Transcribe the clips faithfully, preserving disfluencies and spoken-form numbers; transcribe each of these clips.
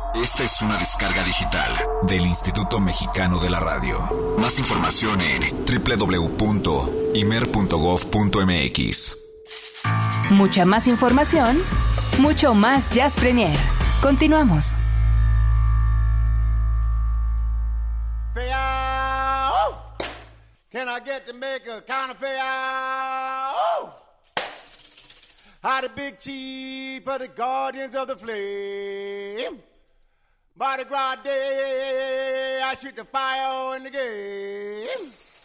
Esta es una descarga digital del Instituto Mexicano de la Radio. Más información en doble u doble u doble u punto imer punto gob punto eme equis. Mucha más información, mucho más Jazz Premier. Continuamos. Can I get to make a kind of payout? How the big chief of the Guardians of the Flame. Mardi Gras Day, I shoot the fire in the game.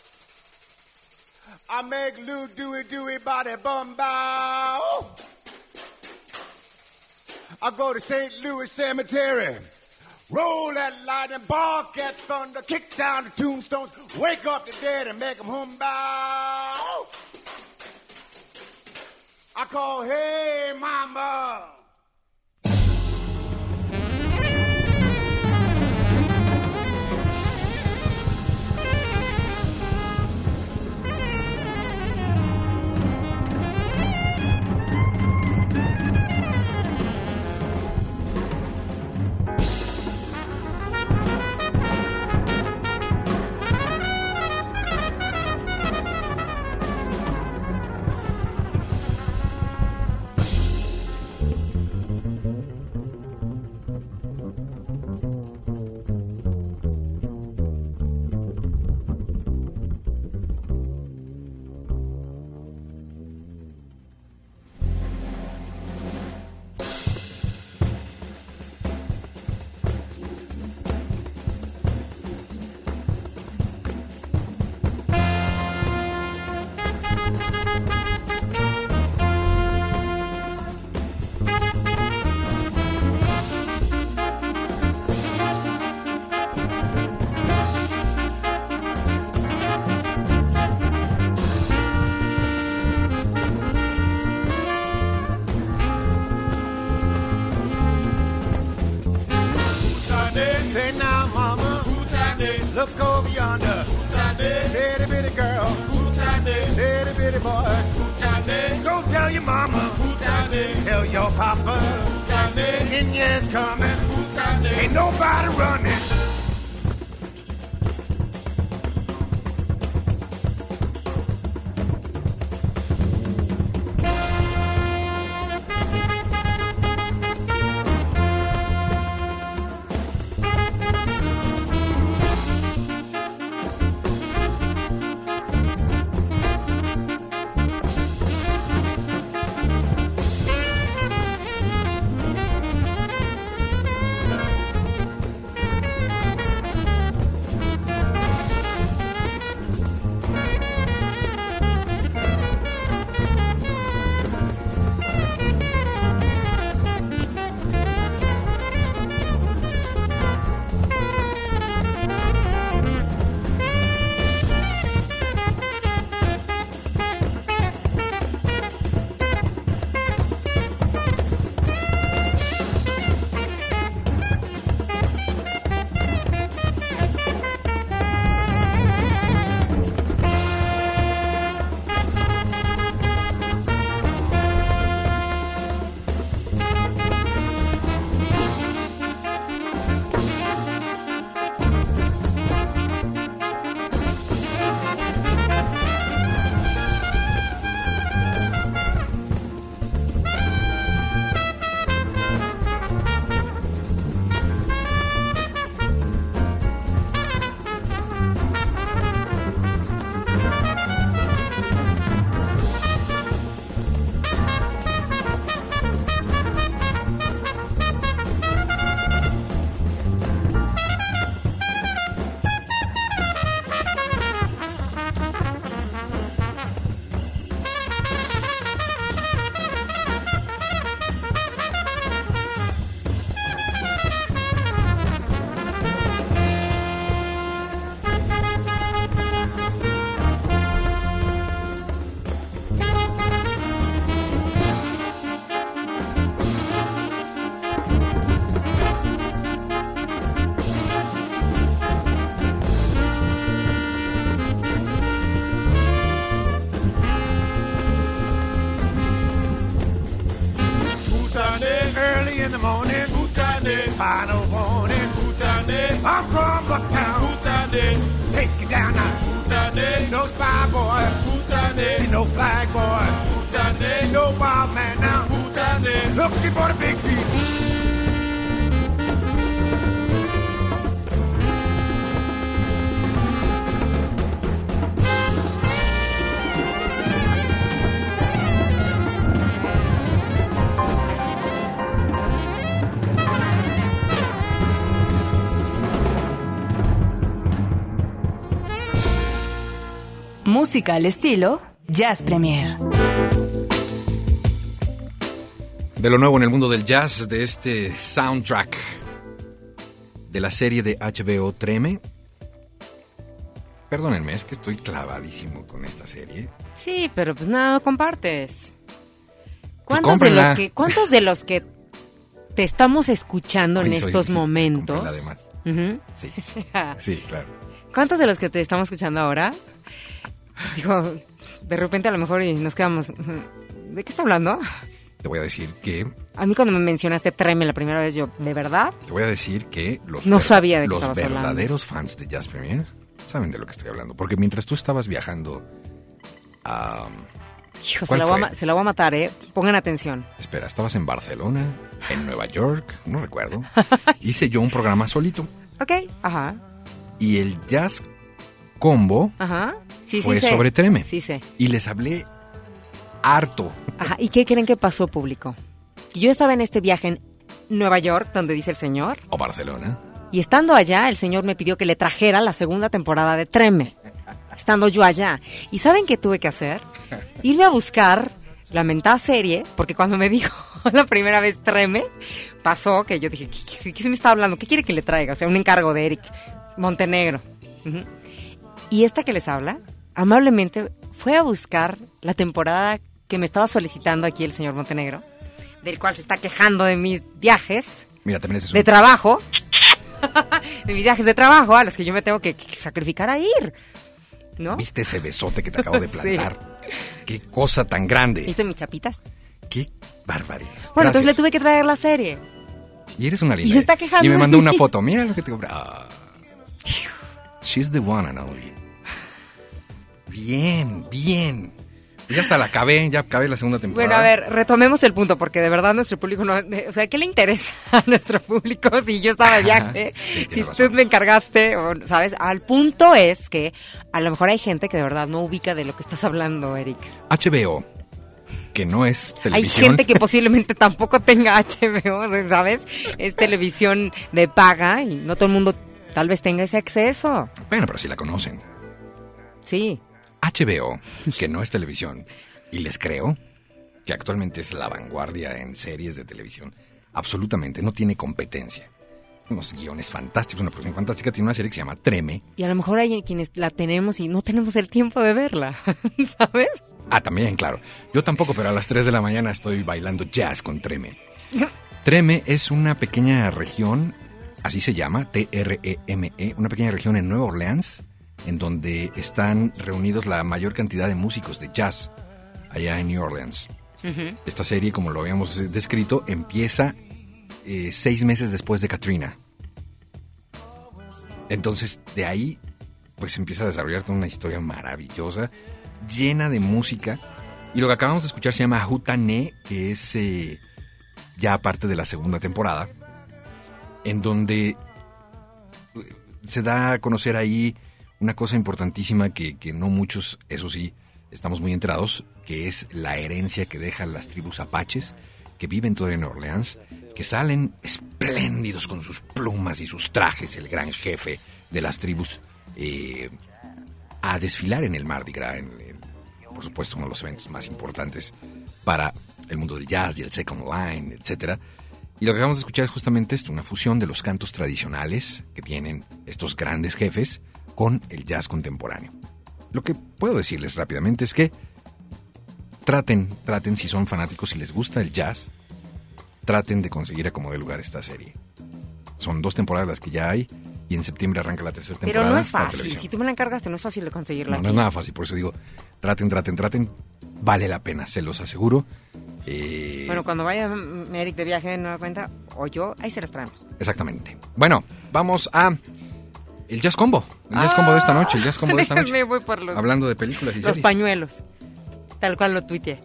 I make Lou Dewey Dewey body bum bow. I go to Saint Louis Cemetery. Roll that lightning, bark at thunder, kick down the tombstones, wake up the dead and make them hum bow. I call, hey, mama. Look over yonder, little bitty girl, little bitty boy. Go tell your mama, tell your papa, Indians coming, ain't nobody running. I don't want it. Bhutan, I'm from Bucktown. Bhutan, take it down now. Bhutan, no spy boy. Bhutan, no flag boy. Bhutan, no wild man now. Bhutan, looking for the big Z. Música al estilo Jazz Premier. De lo nuevo en el mundo del jazz, de este soundtrack de la serie de H B O Treme. Perdónenme, es que estoy clavadísimo con esta serie. Sí, pero pues nada, compartes. Pues ¿Cuántos de cómprenla. los que cuántos de los que te estamos escuchando Ay, en soy- estos sí, momentos? cómprenla además. Ujú. Sí, sí, claro. ¿Cuántos de los que te estamos escuchando ahora? Digo, de repente a lo mejor y nos quedamos, ¿de qué está hablando? Te voy a decir que A mí cuando me mencionaste Treme la primera vez, yo, ¿de verdad? Te voy a decir que los, No sabía de qué los estabas hablando. verdaderos fans de Jazz Premier saben de lo que estoy hablando. Porque mientras tú estabas viajando a... Hijo, se ¿Cuál la, voy a, fue? ma- se la voy a matar, ¿eh? Pongan atención. Espera, estabas en Barcelona, en Nueva York, no recuerdo. Hice yo un programa solito. Ok, ajá, Y el Jazz Combo ajá. Sí, fue sí sé. sobre Treme. Sí sé. Y les hablé harto. Ajá, ¿y qué creen que pasó, público? Yo estaba en este viaje en Nueva York, donde dice el señor, O Barcelona. y estando allá, el señor me pidió que le trajera la segunda temporada de Treme. Estando yo allá. ¿Y saben qué tuve que hacer? Irme a buscar la mentada serie, porque cuando me dijo la primera vez Treme, pasó que yo dije, ¿qué, qué- qué se me está hablando? ¿Qué quiere que le traiga? O sea, un encargo de Eric Montenegro. Ujú. Y esta que les habla, amablemente fue a buscar la temporada que me estaba solicitando aquí el señor Montenegro, del cual se está quejando de mis viajes Mira, también ese es de un... trabajo, de mis viajes de trabajo a los que yo me tengo que, que sacrificar a ir, ¿no? ¿Viste ese besote que te acabo de Sí. plantar? Qué cosa tan grande. ¿Viste mis chapitas? Qué barbaridad. Bueno, entonces le Gracias. tuve que traer la serie. Y eres una linda. Y se está quejando Y me de mandó mí. una foto. Mira lo que te compré. Ah. She's the one and only. Bien, bien. Ya hasta la acabé, ya acabé la segunda temporada. Bueno, a ver, retomemos el punto, porque de verdad nuestro público no... O sea, ¿qué le interesa a nuestro público si yo estaba de viaje? Sí, si tienes tú razón. me encargaste, o, ¿sabes? Al punto es que a lo mejor hay gente que de verdad no ubica de lo que estás hablando, Eric. H B O, que no es Hay televisión. gente que posiblemente tampoco tenga H B O, o sea, ¿sabes? Es televisión de paga y no todo el mundo tal vez tenga ese acceso. Bueno, pero sí la conocen. Sí. H B O, que no es televisión, y les creo que actualmente es la vanguardia en series de televisión. Absolutamente, no tiene competencia. Unos guiones fantásticos, una producción fantástica. Tiene una serie que se llama Treme. Y a lo mejor hay quienes la tenemos y no tenemos el tiempo de verla, ¿sabes? Ah, también, claro. Yo tampoco, pero a las tres de la mañana estoy bailando jazz con Treme. Treme es una pequeña región, así se llama, T R E M E, una pequeña región en Nueva Orleans, en donde están reunidos la mayor cantidad de músicos de jazz allá en New Orleans. Ujú. Esta serie, como lo habíamos eh, descrito, empieza eh, seis meses después de Katrina. Entonces, de ahí, pues empieza a desarrollar toda una historia maravillosa, llena de música. Y lo que acabamos de escuchar se llama Hutané, que es eh, ya parte de la segunda temporada, en donde eh, se da a conocer ahí una cosa importantísima que, que no muchos, eso sí, estamos muy enterados, que es la herencia que dejan las tribus apaches que viven todavía en Nueva Orleans, que salen espléndidos con sus plumas y sus trajes, el gran jefe de las tribus, eh, a desfilar en el Mardi Gras, en el, por supuesto uno de los eventos más importantes para el mundo del jazz y el second line, etcétera. Y lo que acabamos de escuchar es justamente esto, una fusión de los cantos tradicionales que tienen estos grandes jefes con el jazz contemporáneo. Lo que puedo decirles rápidamente es que traten, traten si son fanáticos, si les gusta el jazz, traten de conseguir a como de lugar esta serie. Son dos temporadas las que ya hay y en septiembre arranca la tercera Pero temporada. no es para fácil. televisión. Si tú me la encargaste, no es fácil de conseguirla. No, no es aquí. nada fácil, por eso digo, traten, traten, traten, vale la pena, se los aseguro. Eh, Bueno, cuando vaya Eric de viaje de nueva cuenta, o yo, ahí se las traemos. Exactamente. Bueno, vamos a el Jazz Combo. El Jazz Combo de esta noche. El Jazz Combo de esta noche. Me voy por los, Hablando de películas y los series. pañuelos. Tal cual lo tuiteé.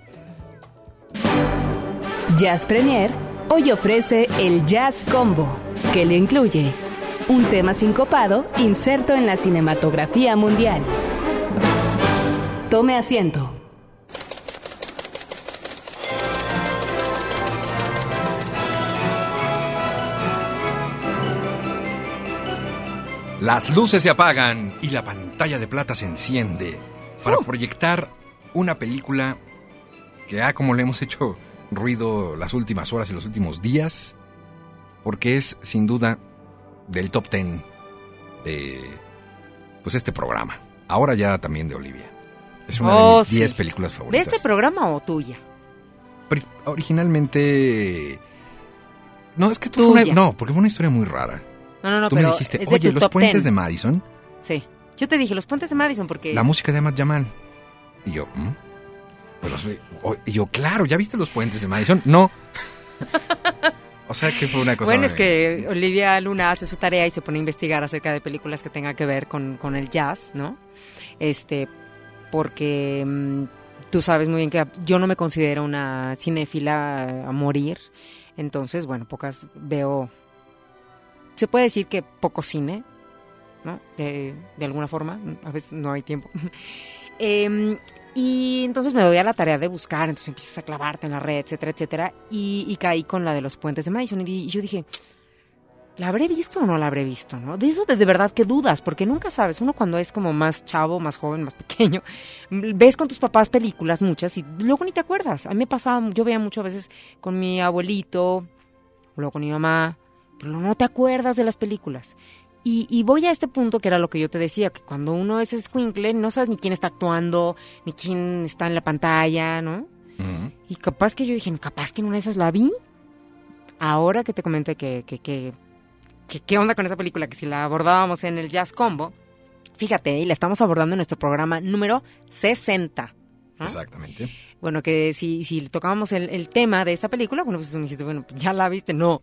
Jazz Premier hoy ofrece el Jazz Combo, que le incluye un tema sincopado inserto en la cinematografía mundial. Tome asiento. Las luces se apagan y la pantalla de plata se enciende para proyectar una película que ha, como le hemos hecho ruido las últimas horas y los últimos días, porque es sin duda del top ten de pues este programa. Ahora ya también de Olivia. Es una Oh, de mis sí. diez películas ¿De favoritas. este programa o tuya? Pri- Originalmente... No, es que esto fue Tuya. una... No, porque fue una historia muy rara. No, no, no, Tú pero me dijiste, es de oye, tu los top puentes ten. de Madison, Sí. Yo te dije, los puentes de Madison, porque... la música de Ahmad Jamal. Y yo, ¿mm? Pues los ve- o- y yo, claro, ¿ya viste los puentes de Madison? No. O sea que fue una cosa... Bueno, es que Olivia Luna hace su tarea y se pone a investigar acerca de películas que tengan que ver con, con el jazz, ¿no? Este, porque mm, tú sabes muy bien que yo no me considero una cinéfila a morir. Entonces, bueno, pocas veo... Se puede decir que poco cine, ¿no? De, de alguna forma, a veces no hay tiempo. Eh, y entonces me doy a la tarea de buscar, entonces empiezas a clavarte en la red, etcétera, etcétera, y, y caí con la de los puentes de Madison, y, di- y yo dije, ¿la habré visto o no la habré visto? ¿No? De eso de, de verdad que dudas, porque nunca sabes, uno cuando es como más chavo, más joven, más pequeño, ves con tus papás películas muchas y luego ni te acuerdas. A mí me pasaba, yo veía muchas veces con mi abuelito, luego con mi mamá, pero no te acuerdas de las películas. Y, y voy a este punto que era lo que yo te decía, que cuando uno es escuincle, no sabes ni quién está actuando, ni quién está en la pantalla, ¿no? Ujú. Y capaz que yo dije, capaz que en una de esas la vi. Ahora que te comenté que, que, que, que qué onda con esa película, que si la abordábamos en el Jazz Combo, fíjate, y la estamos abordando en nuestro programa número sesenta. ¿no? Exactamente. Bueno, que si, si tocábamos el, el tema de esta película, bueno, pues tú me dijiste, bueno, ¿ya la viste? No.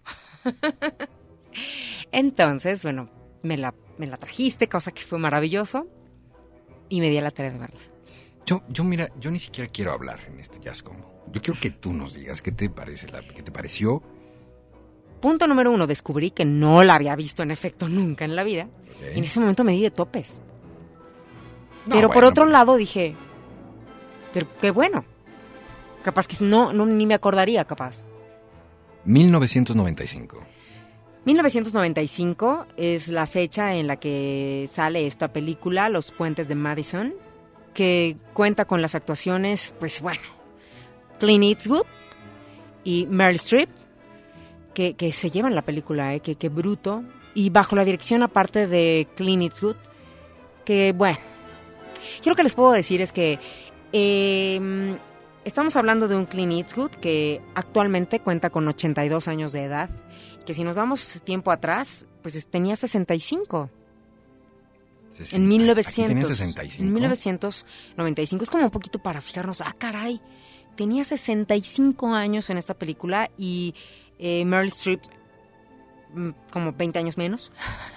Entonces, bueno, me la, me la trajiste, cosa que fue maravilloso, y me di a la tarea de verla. Yo, yo mira, yo ni siquiera quiero hablar en este Jazz Combo. Yo quiero que tú nos digas qué te parece, la, qué te pareció. Punto número uno, descubrí que no la había visto en efecto nunca en la vida, ¿Ok? y en ese momento me di de topes. No, pero por bueno, otro pero- lado dije, pero qué bueno. Capaz que no, no ni me acordaría, capaz. mil novecientos noventa y cinco. mil novecientos noventa y cinco es la fecha en la que sale esta película, Los Puentes de Madison, que cuenta con las actuaciones, pues bueno, Clint Eastwood y Meryl Streep, que, que se llevan la película, ¿eh? que, que bruto, y bajo la dirección aparte de Clint Eastwood, que bueno, yo lo que les puedo decir es que eh, estamos hablando de un Clint Eastwood que actualmente cuenta con ochenta y dos años de edad, que si nos vamos tiempo atrás, pues es- tenía sesenta y cinco. sesenta. En mil novecientos. Aquí tenía sesenta y cinco. En mil novecientos noventa y cinco. Es como un poquito para fijarnos, ah, caray, tenía sesenta y cinco años en esta película y eh, Meryl Streep mm, como veinte años menos.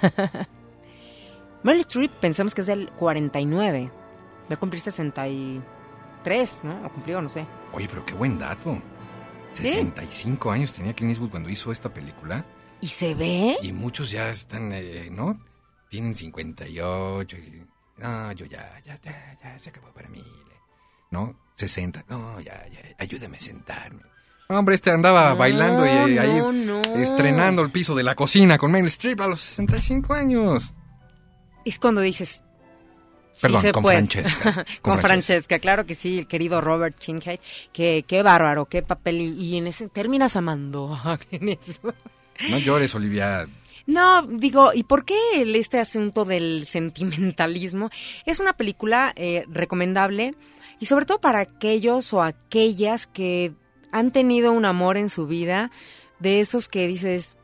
Meryl Streep pensamos que es del cuarenta y nueve. Va a cumplir sesenta y tres, ¿no? O cumplió, no sé. Oye, pero qué buen dato. sesenta y cinco años tenía Clint Eastwood cuando hizo esta película. ¿Y se ve? Y muchos ya están, eh, ¿no? Tienen cincuenta y ocho. Y, no, yo ya, ya, ya, ya, se acabó para mí. ¿No? sesenta. No, ya, ya, ayúdame a sentarme. Hombre, este andaba No, bailando y eh, ahí no, no. estrenando el piso de la cocina con Meryl Streep a los sesenta y cinco años. Es cuando dices... sí Perdón, se con puede. Francesca. con Con Francesca. Francesca, claro que sí, el querido Robert Kincaid. Que, qué bárbaro, qué papel. Y, y en ese terminas amando a Clint Eastwood. No llores, Olivia. No, digo, ¿y por qué el- este asunto del sentimentalismo? Es una película eh, recomendable y sobre todo para aquellos o aquellas que han tenido un amor en su vida, de esos que dices,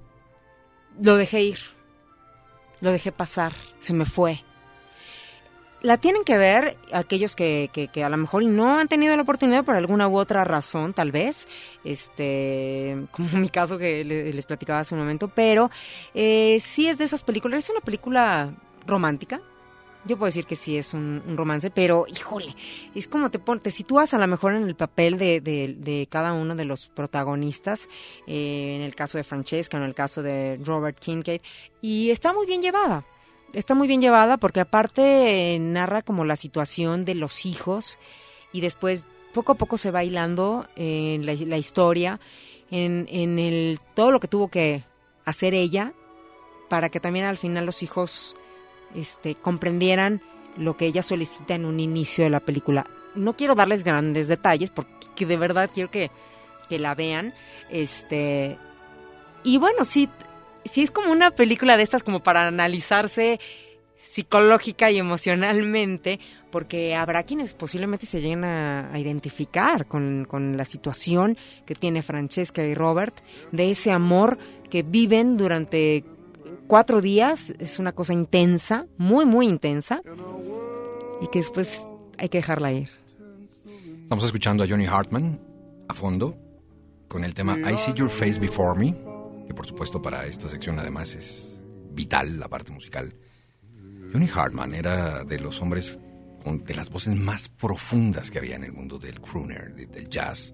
lo dejé ir, lo dejé pasar, se me fue. la tienen que ver aquellos que, que, que a lo mejor y no han tenido la oportunidad por alguna u otra razón, tal vez, este, como mi caso que le, les platicaba hace un momento, pero eh, sí es de esas películas, es una película romántica. Yo puedo decir que sí es un, un romance, pero híjole, es como te pon, te sitúas a lo mejor en el papel de, de, de cada uno de los protagonistas, eh, en el caso de Francesca, en el caso de Robert Kincaid, y está muy bien llevada, está muy bien llevada porque aparte eh, narra como la situación de los hijos y después poco a poco se va hilando en la, la historia, en, en el todo lo que tuvo que hacer ella para que también al final los hijos Este, comprendieran lo que ella solicita en un inicio de la película. No quiero darles grandes detalles porque de verdad quiero que, que la vean. Este, y bueno, sí, sí es como una película de estas como para analizarse psicológica y emocionalmente, porque habrá quienes posiblemente se lleguen a, a identificar con, con la situación que tiene Francesca y Robert, de ese amor que viven durante cuatro días. Es una cosa intensa, muy, muy intensa, y que después hay que dejarla ir. Estamos escuchando a Johnny Hartman a fondo con el tema I See Your Face Before Me, que por supuesto para esta sección además es vital la parte musical. Johnny Hartman era de los hombres con, de las voces más profundas que había en el mundo del crooner, de, del jazz.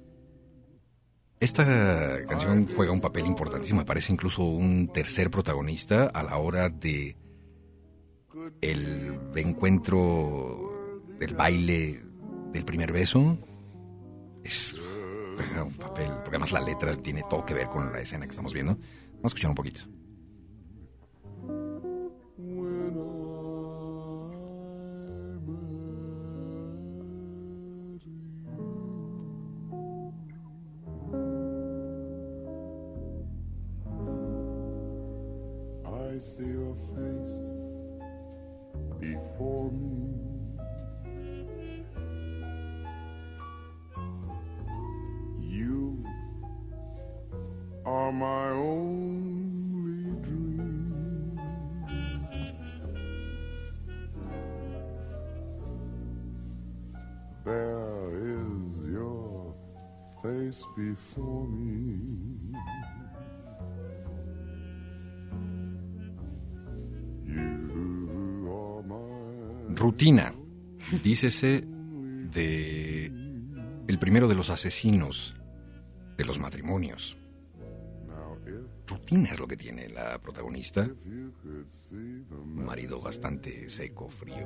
Esta canción juega un papel importantísimo, me parece incluso un tercer protagonista a la hora de el encuentro del baile del primer beso. Es juega un papel, porque además la letra tiene todo que ver con la escena que estamos viendo. Vamos a escuchar un poquito. I see your face before me. You are my only dream. There is your face before me. Rutina, dícese de el primero de los asesinos de los matrimonios. Rutina es lo que tiene la protagonista. Un marido bastante seco, frío.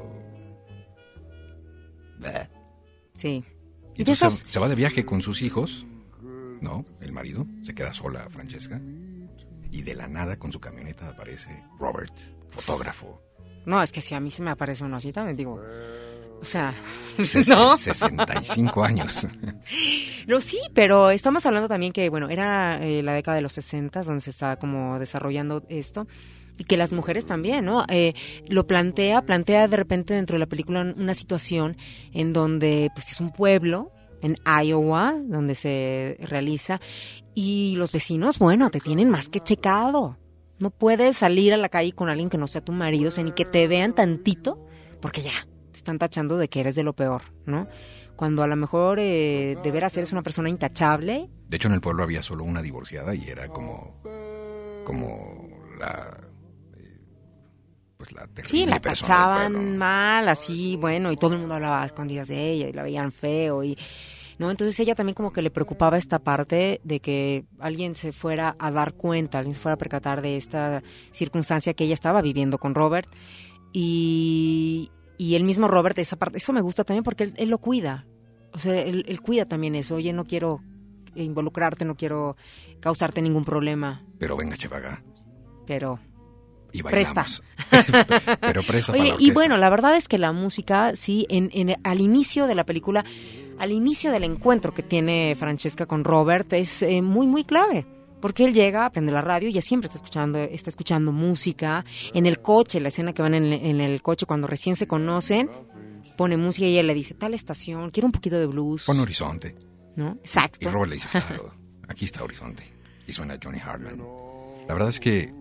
Bah. Sí. Y entonces esos... se va de viaje con sus hijos, ¿no? El marido, se queda sola Francesca. Y de la nada con su camioneta aparece Robert, fotógrafo. No, es que si a mí se me aparece uno así también, digo, o sea, Ses- ¿no? sesenta y cinco años. No, sí, pero estamos hablando también que, bueno, era eh, la década de los sesenta donde se estaba como desarrollando esto, y que las mujeres también, ¿no? Eh, lo plantea, plantea de repente dentro de la película una situación en donde, pues, es un pueblo, en Iowa, donde se realiza, y los vecinos, bueno, te tienen más que checado. No puedes salir a la calle con alguien que no sea tu marido, o sea, ni que te vean tantito, porque ya, te están tachando de que eres de lo peor, ¿no? Cuando a lo mejor eh, de veras eres una persona intachable. De hecho, en el pueblo había solo una divorciada y era como, como la... Eh, pues la terrible Sí, la persona del tachaban pueblo. mal, así, bueno, y todo el mundo hablaba a escondidas de ella y la veían feo y... ¿no? Entonces ella también como que le preocupaba esta parte de que alguien se fuera a dar cuenta, alguien se fuera a percatar de esta circunstancia que ella estaba viviendo con Robert. Y, y el mismo Robert, esa parte, eso me gusta también porque él, él lo cuida. O sea, él, él cuida también eso. Oye, no quiero involucrarte, no quiero causarte ningún problema. Pero venga, Chevaga. Pero... Y bailamos. Presta. Pero presta Oye, para la y orquesta. bueno, la verdad es que la música, sí, en, en, al inicio de la película, al inicio del encuentro que tiene Francesca con Robert, es eh, muy, muy clave. Porque él llega, prende la radio y ya siempre está escuchando, está escuchando música. En el coche, la escena que van en, en el coche cuando recién se conocen, pone música y ella le dice, tal estación, quiero un poquito de blues. Pon Horizonte. ¿No? Exacto. Y Robert le dice, claro, aquí está Horizonte. Y suena Johnny Hartman. La verdad es que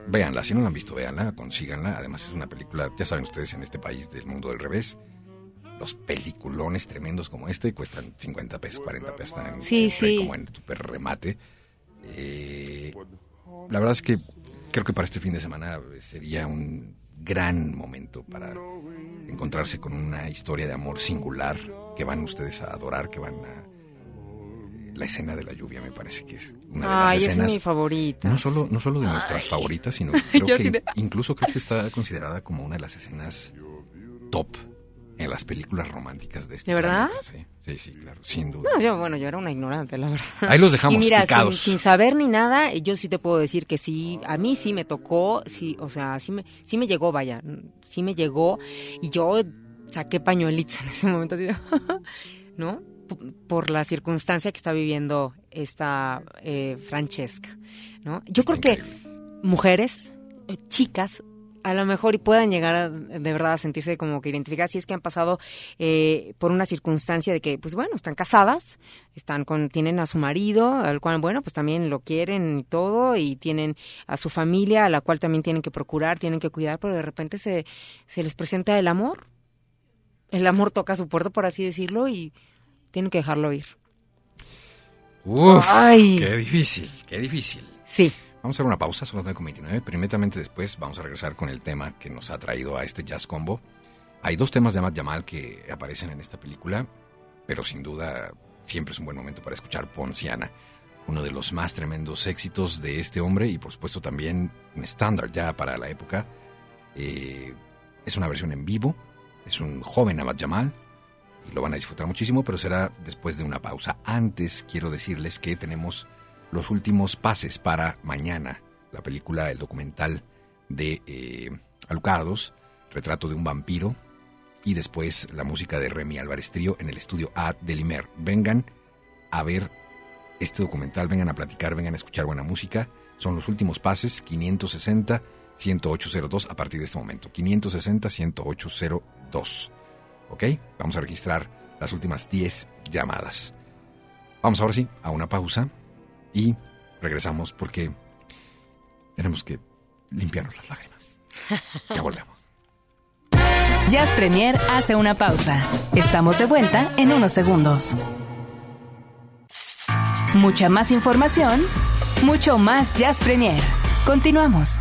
véanla, si no la han visto, véanla, consíganla. Además es una película, ya saben ustedes, en este país del mundo del revés, los peliculones tremendos como este cuestan cincuenta pesos, cuarenta pesos, están en, Sí, sí. como en super remate. Eh, la verdad es que creo que para este fin de semana sería un gran momento para encontrarse con una historia de amor singular que van ustedes a adorar, que van a... La escena de la lluvia me parece que es una de las Ay, escenas... esa es mi favorita. No solo, no solo de nuestras Ay. favoritas, sino creo Yo que sí de- incluso creo que está considerada como una de las escenas top en las películas románticas de este ¿De verdad? planeta. Sí, sí, sí, claro, sin duda. No, yo, bueno, yo era una ignorante, la verdad. Ahí los dejamos y mira, picados. Sin, sin saber ni nada, yo sí te puedo decir que sí, a mí sí me tocó, sí, o sea, sí me, sí me llegó, vaya, sí me llegó, y yo saqué pañuelitos en ese momento, así de, ¿no? P- Por la circunstancia que está viviendo esta eh, Francesca, ¿no? Yo Está creo que increíble. mujeres, eh, chicas, a lo mejor y puedan llegar a, de verdad a sentirse como que identificadas si es que han pasado eh, por una circunstancia de que, pues bueno, están casadas, están con, tienen a su marido, al cual, bueno, pues también lo quieren y todo, y tienen a su familia, a la cual también tienen que procurar, tienen que cuidar, pero de repente se, se les presenta el amor. El amor toca su puerta, por así decirlo, y tienen que dejarlo ir. Uf, Ay. qué difícil, qué difícil. Sí. Vamos a hacer una pausa, son las nueve con veintinueve, pero inmediatamente después vamos a regresar con el tema que nos ha traído a este Jazz Combo. Hay dos temas de Ahmad Jamal que aparecen en esta película, pero sin duda siempre es un buen momento para escuchar Ponciana, uno de los más tremendos éxitos de este hombre y por supuesto también un estándar ya para la época. Eh, es una versión en vivo, es un joven Ahmad Jamal y lo van a disfrutar muchísimo, pero será después de una pausa. Antes quiero decirles que tenemos los últimos pases para mañana, la película, el documental de eh, Alucardos, Retrato de un vampiro, y después la música de Remy Álvarez Trío en el estudio A de Limer. Vengan a ver este documental, vengan a platicar, vengan a escuchar buena música. Son los últimos pases, quinientos sesenta, ciento ocho cero dos a partir de este momento. quinientos sesenta, ciento ocho cero dos. ¿Ok? Vamos a registrar las últimas diez llamadas. Vamos ahora sí a una pausa. Y regresamos porque tenemos que limpiarnos las lágrimas. Ya volvemos. Jazz Premier hace una pausa. Estamos de vuelta en unos segundos. Mucha más información, mucho más Jazz Premier. Continuamos.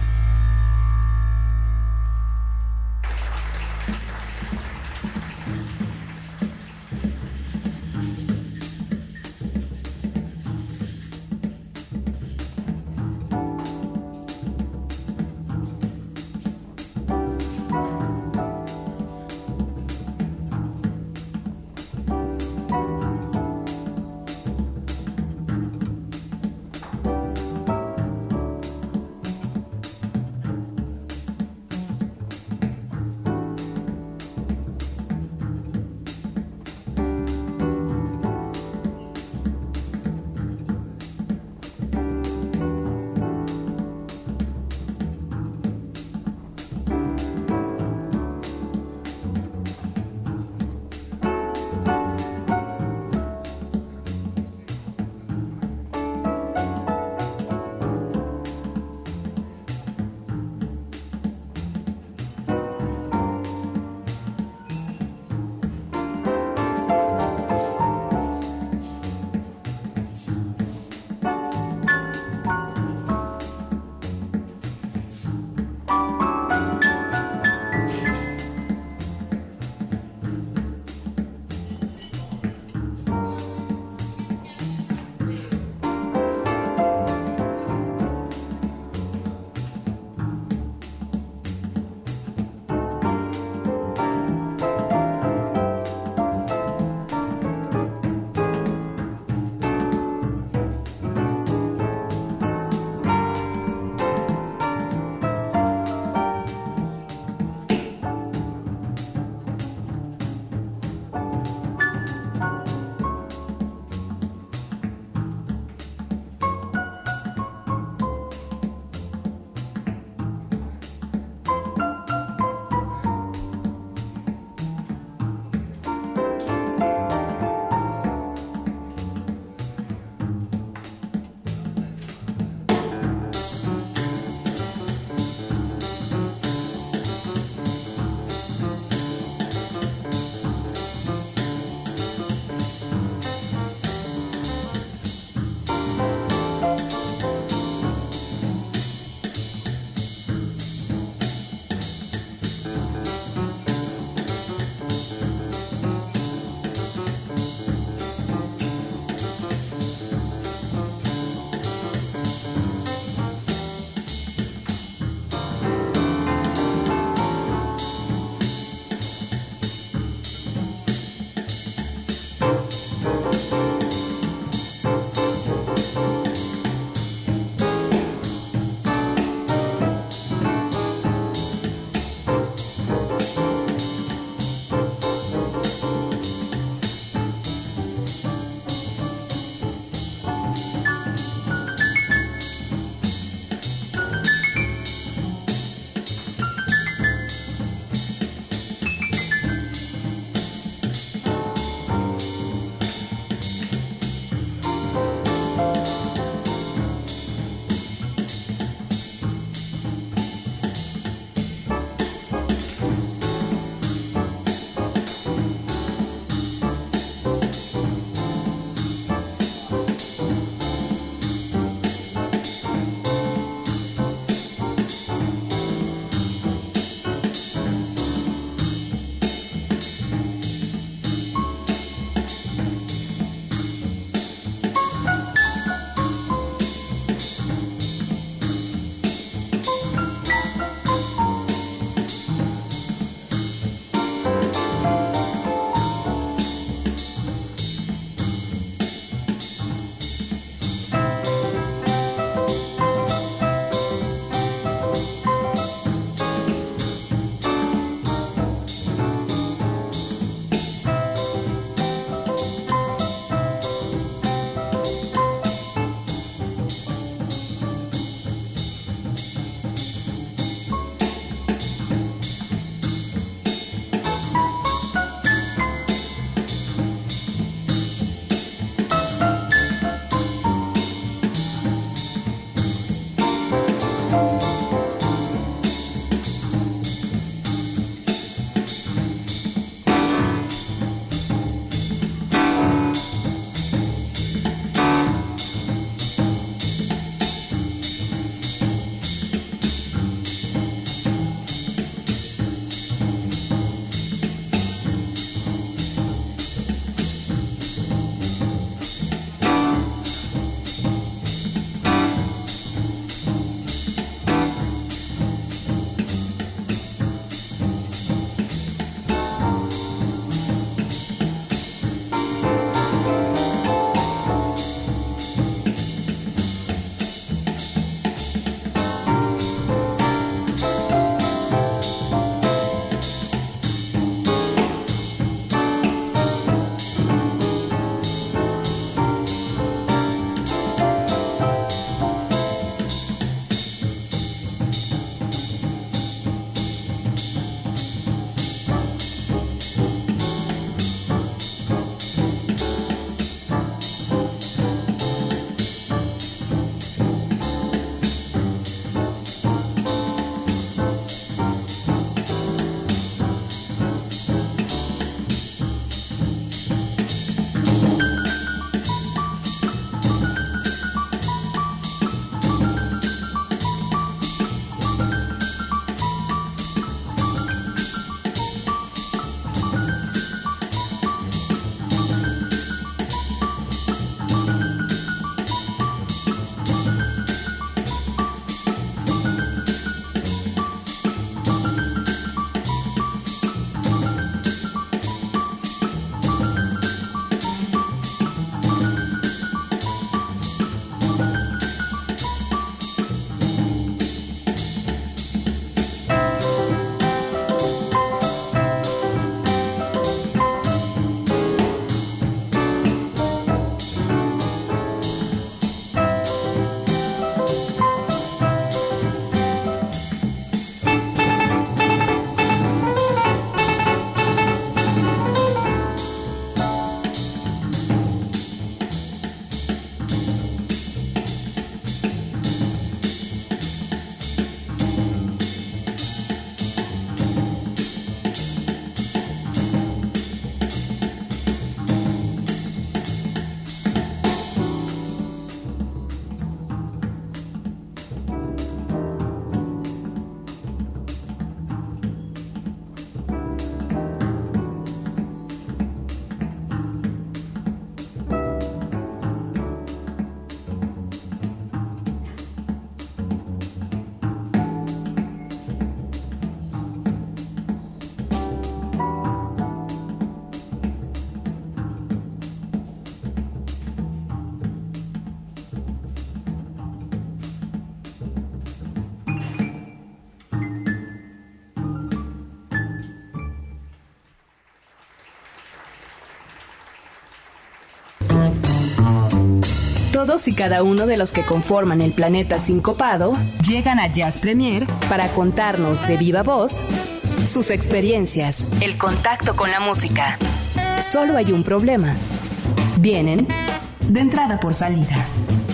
Todos y cada uno de los que conforman el planeta sincopado llegan a Jazz Premier para contarnos de viva voz sus experiencias, el contacto con la música. Solo hay un problema. Vienen de entrada por salida.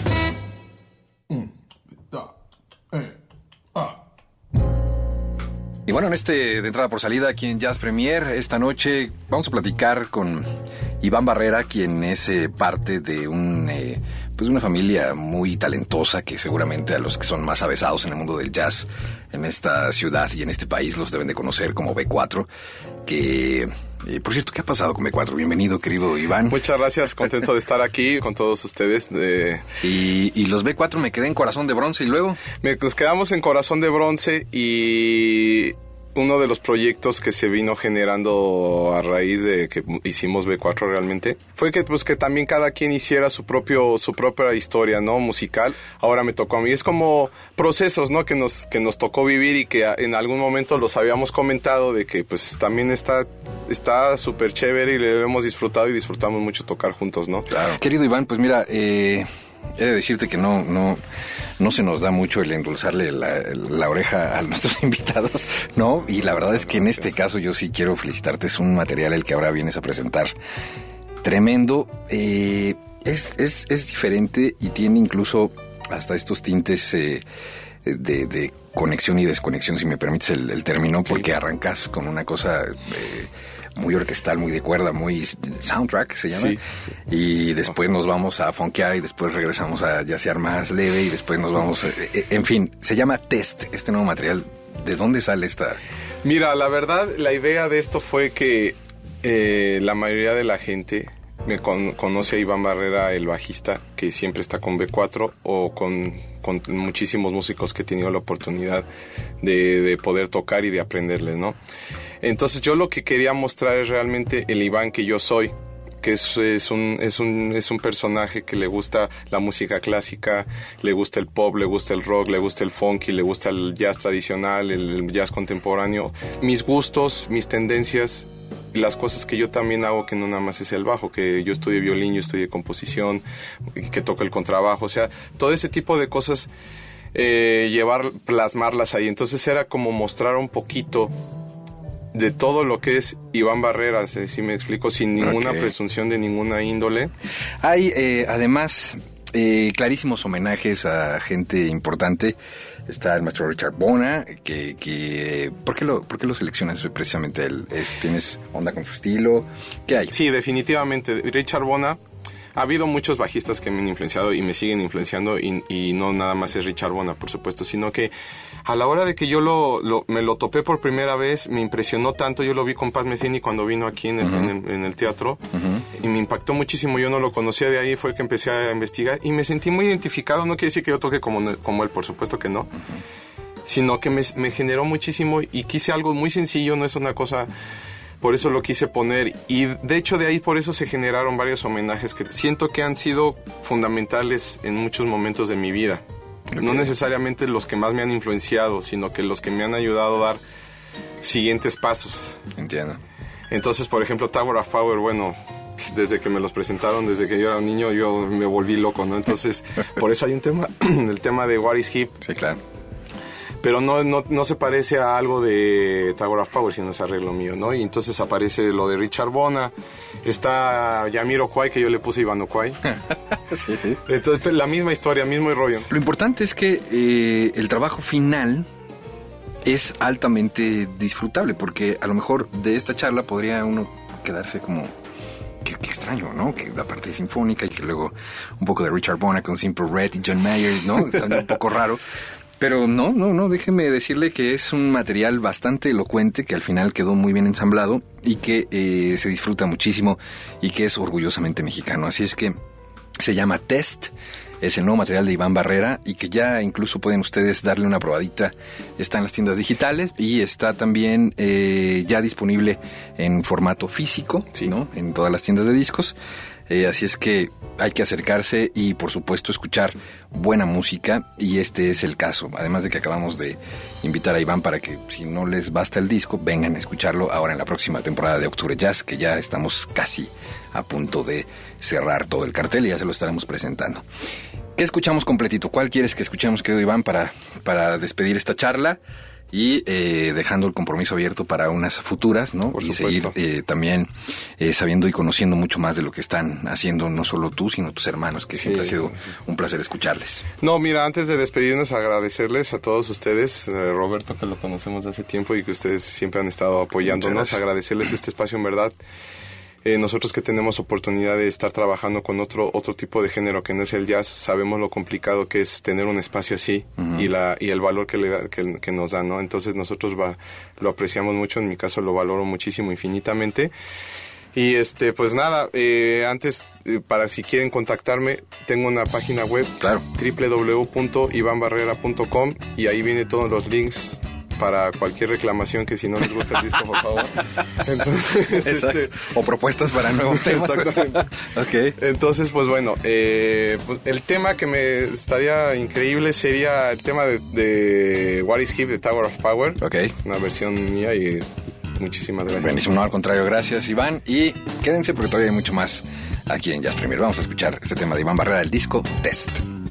Y bueno, en este de entrada por salida aquí en Jazz Premier, esta noche vamos a platicar con Iván Barrera, quien es eh, parte de un eh, pues una familia muy talentosa que seguramente a los que son más avesados en el mundo del jazz en esta ciudad y en este país los deben de conocer como B cuatro, que... Eh, por cierto, ¿qué ha pasado con B cuatro? Bienvenido, querido Iván. Muchas gracias, contento de estar aquí con todos ustedes. De... Y, y los B cuatro me quedé en Corazón de Bronce y luego... Me, nos quedamos en Corazón de Bronce y uno de los proyectos que se vino generando a raíz de que hicimos B cuatro realmente fue que pues que también cada quien hiciera su propio su propia historia, ¿no? Musical. Ahora me tocó a mí. Es como procesos, ¿no? Que nos que nos tocó vivir y que en algún momento los habíamos comentado de que pues también está está súper chévere y lo hemos disfrutado y disfrutamos mucho tocar juntos, ¿no? Claro. Querido Iván, pues mira, eh, he de decirte que no no no se nos da mucho el endulzarle la, la oreja a nuestros invitados, ¿no? Y la verdad es que en este caso yo sí quiero felicitarte. Es un material el que ahora vienes a presentar tremendo. Eh, es, es, es diferente y tiene incluso hasta estos tintes eh, de, de conexión y desconexión, si me permites el, el término, porque arrancas con una cosa... Eh, muy orquestal, muy de cuerda, muy soundtrack se llama, sí, sí. Y después nos vamos a funkear y después regresamos a jazzear más leve y después nos vamos, eh, en fin, se llama Test, este nuevo material. ¿De dónde sale esta? Mira, la verdad, la idea de esto fue que eh, la mayoría de la gente me con, conoce a Iván Barrera, el bajista, que siempre está con B cuatro, o con, con muchísimos músicos que he tenido la oportunidad de, de poder tocar y de aprenderles, ¿no? Entonces yo lo que quería mostrar es realmente el Iván que yo soy, que es, es, un, es, un, es un personaje que le gusta la música clásica, le gusta el pop, le gusta el rock, le gusta el funky, le gusta el jazz tradicional, el jazz contemporáneo. Mis gustos, mis tendencias, las cosas que yo también hago, que no nada más es el bajo, que yo estudié violín, yo estudié composición, que toco el contrabajo, o sea, todo ese tipo de cosas, eh, llevar, plasmarlas ahí. Entonces era como mostrar un poquito de todo lo que es Iván Barrera, si me explico, sin ninguna okay. presunción de ninguna índole. Hay eh, además eh, clarísimos homenajes a gente importante. Está el maestro Richard Bona, que, que ¿por qué lo, por qué lo seleccionas precisamente él? Es, ¿Tienes onda con su estilo? ¿Qué hay? Sí, definitivamente. Richard Bona, ha habido muchos bajistas que me han influenciado y me siguen influenciando, y, y no nada más es Richard Bona, por supuesto, sino que a la hora de que yo lo, lo, me lo topé por primera vez, me impresionó tanto. Yo lo vi con Pat Metheny cuando vino aquí en el, uh-huh. en el, en el teatro, uh-huh. y me impactó muchísimo. Yo no lo conocía, de ahí fue que empecé a investigar y me sentí muy identificado. No quiere decir que yo toque como, como él, por supuesto que no, uh-huh. sino que me, me generó muchísimo y quise algo muy sencillo, no es una cosa... Por eso lo quise poner, y de hecho de ahí por eso se generaron varios homenajes que siento que han sido fundamentales en muchos momentos de mi vida. Okay. No necesariamente los que más me han influenciado, sino que los que me han ayudado a dar siguientes pasos. Entiendo. Entonces, por ejemplo, Tower of Power, bueno, desde que me los presentaron, desde que yo era un niño, yo me volví loco, ¿no? Entonces, por eso hay un tema, el tema de What is Hip. Sí, claro. Pero no, no, no se parece a algo de Tower of Power, sino es arreglo mío, ¿no? Y entonces aparece lo de Richard Bona, está Jamiroquai, que yo le puse Ivanoquai. Sí, sí. Entonces, la misma historia, mismo rollo. Lo importante es que eh, el trabajo final es altamente disfrutable, porque a lo mejor de esta charla podría uno quedarse como... Qué, qué extraño, ¿no? Que la parte sinfónica y que luego un poco de Richard Bona con Simple Red y John Mayer, ¿no? Está un poco raro. Pero no, no, no, déjeme decirle que es un material bastante elocuente, que al final quedó muy bien ensamblado y que eh, se disfruta muchísimo y que es orgullosamente mexicano. Así es que se llama Test, es el nuevo material de Iván Barrera y que ya incluso pueden ustedes darle una probadita. Está en las tiendas digitales y está también eh, ya disponible en formato físico, sí, ¿no? En todas las tiendas de discos. Eh, así es que hay que acercarse y, por supuesto, escuchar buena música, y este es el caso. Además de que acabamos de invitar a Iván para que, si no les basta el disco, vengan a escucharlo ahora en la próxima temporada de Octubre Jazz, que ya estamos casi a punto de cerrar todo el cartel y ya se lo estaremos presentando. ¿Qué escuchamos completito? ¿Cuál quieres que escuchemos, querido Iván, para, para despedir esta charla? Y eh, dejando el compromiso abierto para unas futuras, ¿no? Por y supuesto. seguir eh, también eh, sabiendo y conociendo mucho más de lo que están haciendo, no solo tú, sino tus hermanos, que Sí, siempre ha sido sí. un placer escucharles. No, mira, antes de despedirnos, agradecerles a todos ustedes, eh, Roberto, que lo conocemos de hace tiempo y que ustedes siempre han estado apoyándonos, Muchas gracias. agradecerles este espacio, en verdad. Eh, nosotros que tenemos oportunidad de estar trabajando con otro otro tipo de género que no es el jazz, sabemos lo complicado que es tener un espacio así Ujú. y la y el valor que le da, que, que nos da, ¿no? Entonces nosotros va, lo apreciamos mucho, en mi caso lo valoro muchísimo, infinitamente. Y este, pues nada, eh, antes, eh, para si quieren contactarme, tengo una página web, Claro. doble u doble u doble u punto iván barrera punto com, y ahí viene todos los links para cualquier reclamación, que si no les gusta el disco, por favor. Entonces, Exacto. este, O propuestas para nuevos temas. Exactamente. Ok. entonces, pues bueno, eh, pues el tema que me estaría increíble sería el tema de, de What is Hip, de Tower of Power. Ok. Una versión mía y muchísimas gracias. Buenísimo, no, al contrario, gracias, Iván. Y quédense porque todavía hay mucho más aquí en Jazz Premier. Vamos a escuchar este tema de Iván Barrera, el disco Test.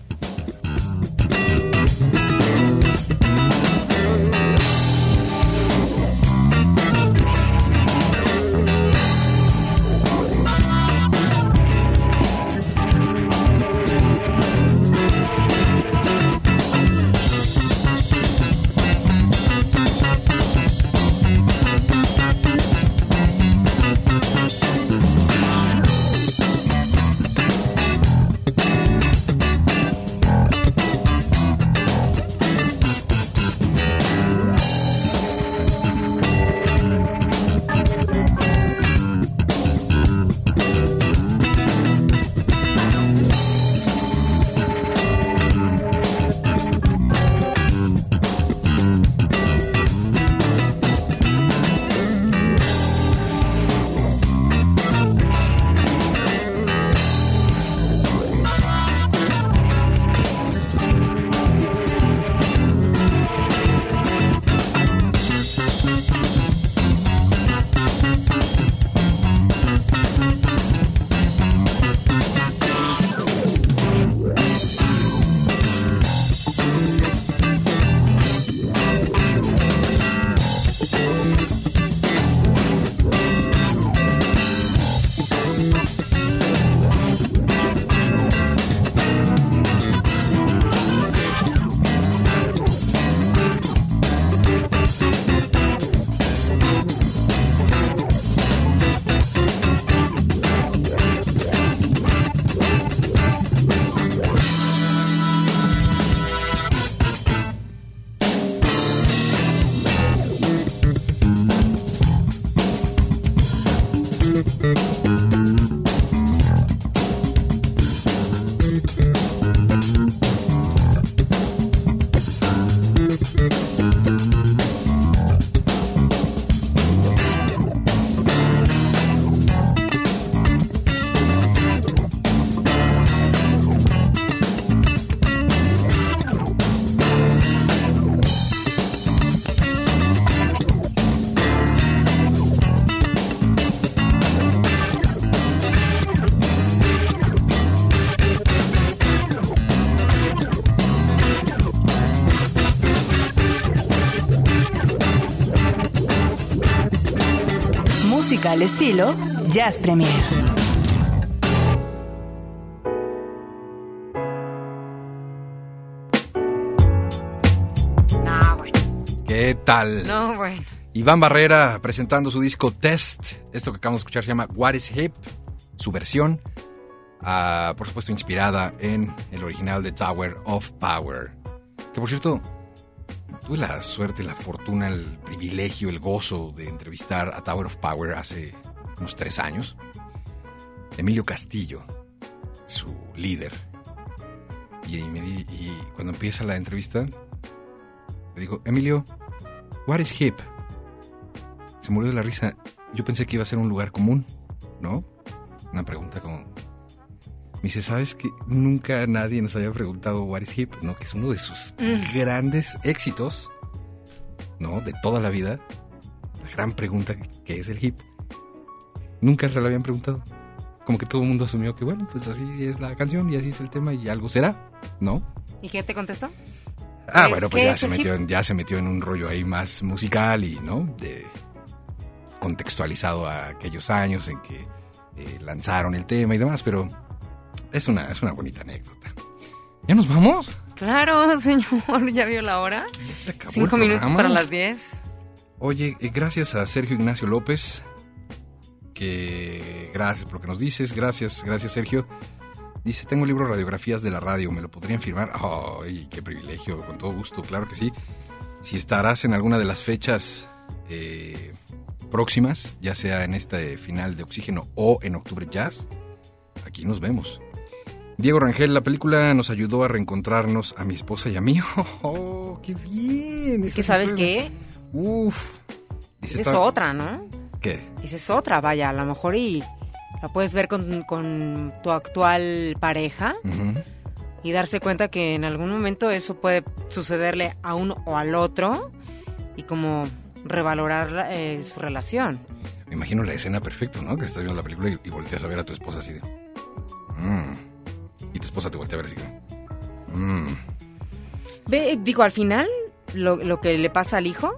Música al estilo Jazz Premier. No, bueno. ¿Qué tal? No, bueno. Iván Barrera presentando su disco Test. Esto que acabamos de escuchar se llama What is Hip, su versión, ah, por supuesto inspirada en el original de Tower of Power. Que por cierto, tuve la suerte, la fortuna, el privilegio, el gozo de entrevistar a Tower of Power hace unos tres años. Emilio Castillo, su líder. Y, me di- y cuando empieza la entrevista, le digo, Emilio, what is hip? Se murió de la risa. Yo pensé que iba a ser un lugar común, ¿no? Una pregunta como, Me dice, ¿sabes que nunca nadie nos había preguntado what is hip? ¿No? Que es uno de sus mm. grandes éxitos, ¿no? De toda la vida. La gran pregunta que es el hip. Nunca se la habían preguntado. Como que todo el mundo asumió que, bueno, pues así es la canción y así es el tema y algo será, ¿no? ¿Y qué te contestó? Ah, bueno, pues ya se, metió en, ya se metió en un rollo ahí más musical y, ¿no? De, contextualizado a aquellos años en que eh, lanzaron el tema y demás, pero es una, es una bonita anécdota. ¿Ya nos vamos? Claro, señor, ¿ya vio la hora? Se acabó Cinco el minutos programa. para las diez. Oye, eh, gracias a Sergio Ignacio López, que gracias por lo que nos dices, gracias, gracias Sergio. Dice, tengo el libro Radiografías de la Radio, ¿me lo podrían firmar? ¡Ay, qué privilegio! Con todo gusto, claro que sí. Si estarás en alguna de las fechas eh, próximas, ya sea en este final de Oxígeno o en Octubre Jazz, aquí nos vemos. Diego Rangel, la película nos ayudó a reencontrarnos a mi esposa y a mí. ¡Oh, qué bien! Es que, ¿sabes qué? Uf. Esa es otra, ¿no? ¿Qué? Esa es otra, vaya, a lo mejor y la puedes ver con, con tu actual pareja uh-huh. y darse cuenta que en algún momento eso puede sucederle a uno o al otro y como revalorar eh, su relación. Me imagino la escena perfecta, ¿no? Que estás viendo la película y, y volteas a ver a tu esposa así de... Mm. Y tu esposa te voltea a ver así de... Mm. Ve, digo, al final, lo, lo que le pasa al hijo...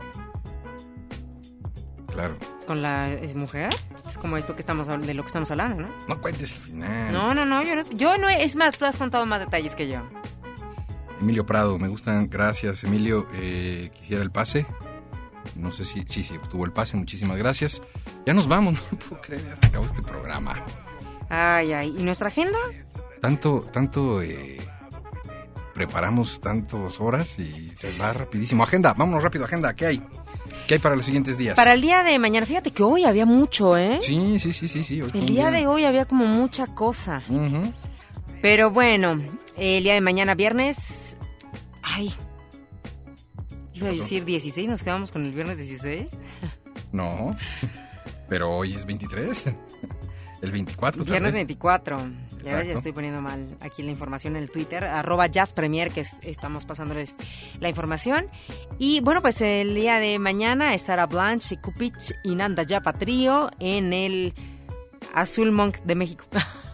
Claro. Con la mujer... Es como esto que estamos de lo que estamos hablando, ¿no? No cuentes el final. No, no, no, yo no, yo no, es más, tú has contado más detalles que yo. Emilio Prado, me gustan, gracias Emilio, eh, quisiera el pase, no sé si, sí, sí, obtuvo el pase, muchísimas gracias. Ya nos vamos, no puedo creer, ya se acabó este programa. Ay, ay, ¿y nuestra agenda? Tanto, tanto, eh, preparamos tantas horas y se va rapidísimo. Agenda, vámonos rápido, agenda, ¿qué hay? ¿Qué hay para los siguientes días? Para el día de mañana, fíjate que hoy había mucho, ¿eh? Sí, sí, sí, sí. sí. El día de hoy había como mucha cosa. Uh-huh. Pero bueno, el día de mañana, viernes... Ay, iba a decir dieciséis, ¿nos quedamos con el viernes dieciséis? No, pero hoy es veintitrés. El veinticuatro. Viernes veinticuatro. Ya ves, ya estoy poniendo mal aquí la información en el Twitter, arroba Jazz Premier, que es, estamos pasándoles la información. Y bueno, pues el día de mañana estará Blanche Kupich y Nanda Yapa Trío en el Azul Monk de México.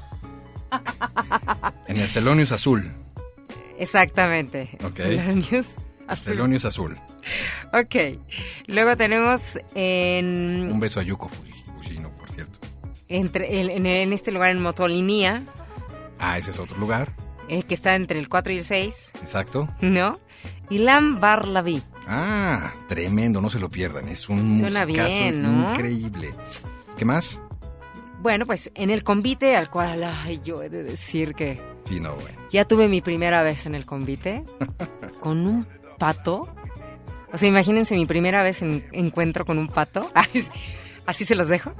En el Thelonious Azul. Exactamente. Ok. Thelonious Azul. Thelonious Azul. Ok. Luego tenemos en... Un beso a Yuko Fujino, por cierto. Entre, en, en este lugar en Motolinía. Ah, ese es otro lugar. Eh, que está entre el cuatro y el seis. Exacto. ¿No? Y Lam Bar La Vie. Ah, tremendo, no se lo pierdan. Es un Suena musicazo bien, ¿no? Increíble. ¿Qué más? Bueno, pues en el convite, al cual ay, yo he de decir que... Sí, no, bueno. Ya tuve mi primera vez en el convite con un pato. O sea, imagínense mi primera vez en encuentro con un pato. Así se los dejo.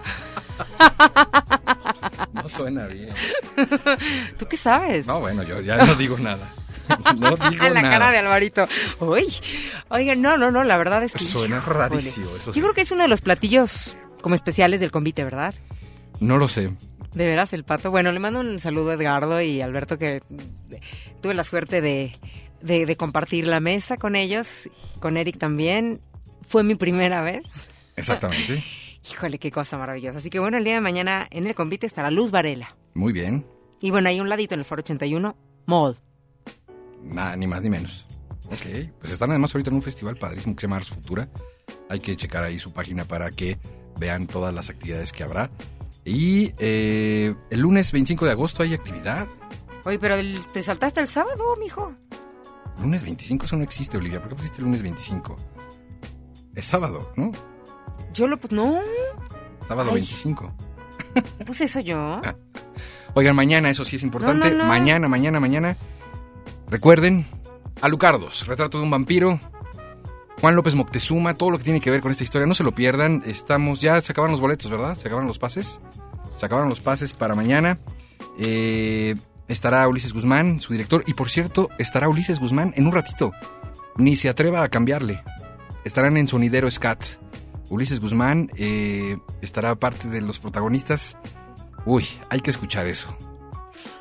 No suena bien. ¿Tú qué sabes? No, bueno, yo ya no digo nada. No digo la nada. cara de Alvarito. Uy, oigan, no, no, no, la verdad es que... Suena rarísimo. Eso sí. Yo creo que es uno de los platillos como especiales del convite, ¿verdad? No lo sé. ¿De veras el pato? Bueno, le mando un saludo a Edgardo y Alberto, que tuve la suerte de, de, de compartir la mesa con ellos, con Eric también. Fue mi primera vez. Exactamente. Híjole, qué cosa maravillosa. Así que bueno, el día de mañana en el convite estará Luz Varela. Muy bien. Y bueno, ahí un ladito en el Foro ochenta y uno, Mold. Nada, ni más ni menos. Ok, pues están además ahorita en un festival padrísimo que se llama Ars Futura. Hay que checar ahí su página para que vean todas las actividades que habrá. Y eh, el lunes veinticinco de agosto hay actividad. Oye, pero el, te saltaste el sábado, mijo. Lunes veinticinco, eso no existe, Olivia. ¿Por qué pusiste el lunes veinticinco? Es sábado, ¿no? Yo lo... pues no. Sábado Ay. veinticinco. Pues eso yo. Ah. Oigan, mañana, eso sí es importante. No, no, no. Mañana, mañana, mañana. Recuerden, Alucardos, retrato de un vampiro. Juan López Moctezuma, todo lo que tiene que ver con esta historia. No se lo pierdan. Estamos, ya se acabaron los boletos, ¿verdad? Se acabaron los pases. Se acabaron los pases para mañana. Eh, estará Ulises Guzmán, su director. Y por cierto, estará Ulises Guzmán en un ratito. Ni se atreva a cambiarle. Estarán en Sonidero Scat. Ulises Guzmán eh, estará parte de los protagonistas. Uy, hay que escuchar eso.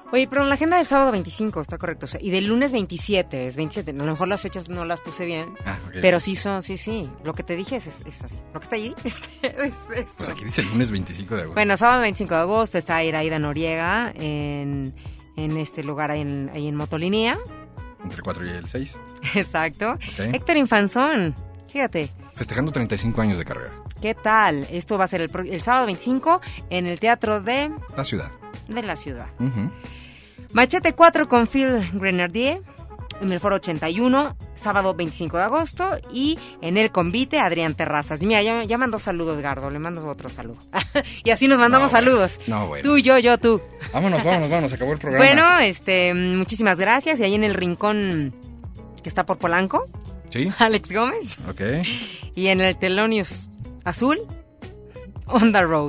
Oye, pero en la agenda del sábado veinticinco está correcto, o sea, y del lunes veintisiete, es veintisiete, a lo mejor las fechas no las puse bien, Ah, ok. pero sí son, sí, sí, lo que te dije es, es, es así, lo que está ahí es, es eso. Pues aquí dice el lunes veinticinco de agosto. Bueno, sábado veinticinco de agosto está Iraida Noriega en, en este lugar ahí en, ahí en Motolinía. Entre el cuatro y el seis. Exacto. Ok. Héctor Infanzón, fíjate, Festejando treinta y cinco años de carrera. ¿qué tal? Esto va a ser el, pro- el sábado veinticinco en el Teatro de, La ciudad. de la ciudad. Ujú. Machete cuatro con Phil Grenadier en el Foro ochenta y uno, sábado veinticinco de agosto, y en el convite Adrián Terrazas. Mira, ya, ya mandó saludos, Edgardo, le mando otro saludo. Y así nos mandamos No, bueno. saludos. No, bueno. Tú, yo, yo, tú. Vámonos, vámonos, vámonos. Acabó el programa. Bueno, este, muchísimas gracias. Y ahí en el rincón que está por Polanco, Sí, Alex Gómez. ok. Y en el Telonius Azul, On the Road.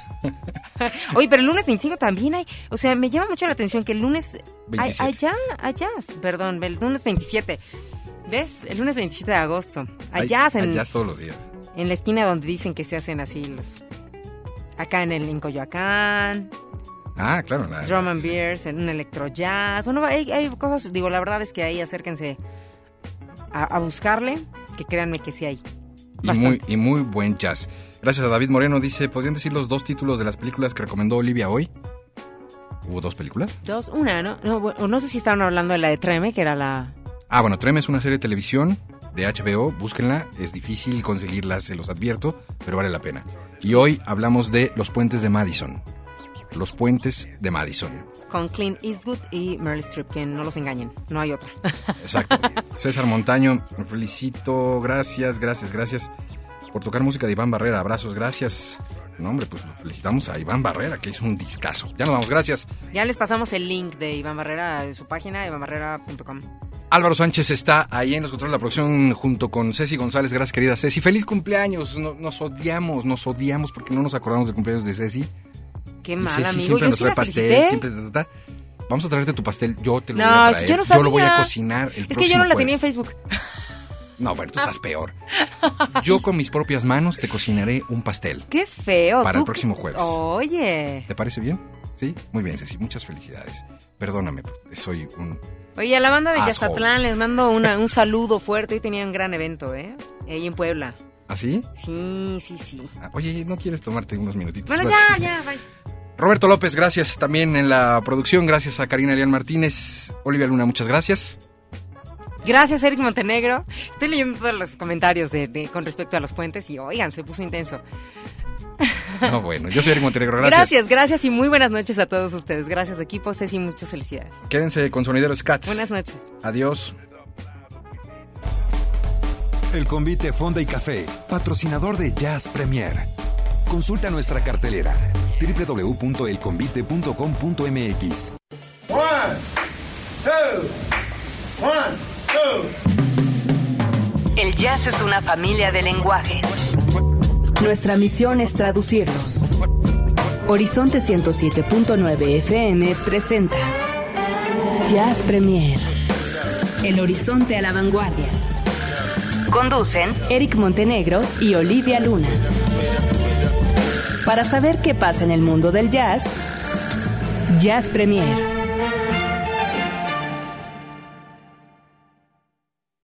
Oye, pero el lunes veinticinco también hay, o sea, me llama mucho la atención que el lunes hay, veintisiete. allá, allá, perdón, el lunes veintisiete, ¿ves? El lunes veintisiete de agosto, allá Hay- en, allá todos los días. en la esquina donde dicen que se hacen así los, acá en el en Coyoacán, Ah, claro. La, Drum and sí. Beers, en un electro jazz, bueno, hay, hay cosas, digo, la verdad es que ahí acérquense a, a buscarle, que créanme que sí hay. Y Bastante. muy, y muy buen jazz. Gracias a David Moreno. Dice, ¿podrían decir los dos títulos de las películas que recomendó Olivia hoy? ¿Hubo dos películas? Dos, una, ¿no? No, bueno, no sé si estaban hablando de la de Treme, que era la... Ah, bueno, Treme es una serie de televisión de H B O. Búsquenla. Es difícil conseguirla, se los advierto, pero vale la pena. Y hoy hablamos de Los Puentes de Madison. Los Puentes de Madison. Con Clint Eastwood y Meryl Streep, que no los engañen, no hay otra. Exacto. César Montaño, me felicito. Gracias, gracias, gracias por tocar música de Iván Barrera. Abrazos, gracias. No, hombre, pues felicitamos a Iván Barrera, que es un discazo. Ya nos vamos, gracias. Ya les pasamos el link de Iván Barrera, de su página, iván barrera punto com. Álvaro Sánchez está ahí en los controles de la producción junto con Ceci González. Gracias, querida Ceci. ¡Feliz cumpleaños! No- nos odiamos, nos odiamos porque no nos acordamos del cumpleaños de Ceci. Qué Y mal, Ceci amigo. siempre Yo nos sí trae la pastel, felicité. siempre... ta, ta, ta. Vamos a traerte tu pastel, yo te lo No, voy a si traer. yo no lo voy a sabía. cocinar el Es que yo próximo no la tenía en jueves. Facebook. No, bueno, tú estás peor. Yo con mis propias manos te cocinaré un pastel. Qué feo. Para tú el próximo qué- jueves. Oye. ¿Te parece bien? Sí, muy bien, Ceci. Muchas felicidades. Perdóname, soy un... Oye, a la banda de Asshole. Yazatlán les mando una, un saludo fuerte. Hoy tenían un gran evento, ¿eh? Ahí en Puebla. ¿Así? Sí, sí, sí. Ah, oye, ¿no quieres tomarte unos minutitos? Bueno, Vas. ya, ya, bye. Roberto López, gracias también en la producción. Gracias a Karina Elian Martínez. Olivia Luna, muchas gracias. Gracias, Eric Montenegro. Estoy leyendo todos los comentarios de, de- con respecto a los puentes y, oigan, se puso intenso. No, bueno, yo soy Eric Montenegro, gracias. Gracias, gracias y muy buenas noches a todos ustedes. Gracias, equipo. Ceci, muchas felicidades. Quédense con Sonidero Scat. Buenas noches. Adiós. El Convite Fonda y Café, patrocinador de Jazz Premier. Consulta nuestra cartelera doble u doble u doble u punto el convite punto com punto m x. One, two, one, two. El jazz es una familia de lenguajes. Nuestra misión es traducirlos. Horizonte ciento siete punto nueve F M presenta Jazz Premier. El horizonte a la vanguardia. Conducen Eric Montenegro y Olivia Luna. Para saber qué pasa en el mundo del jazz, Jazz Premier.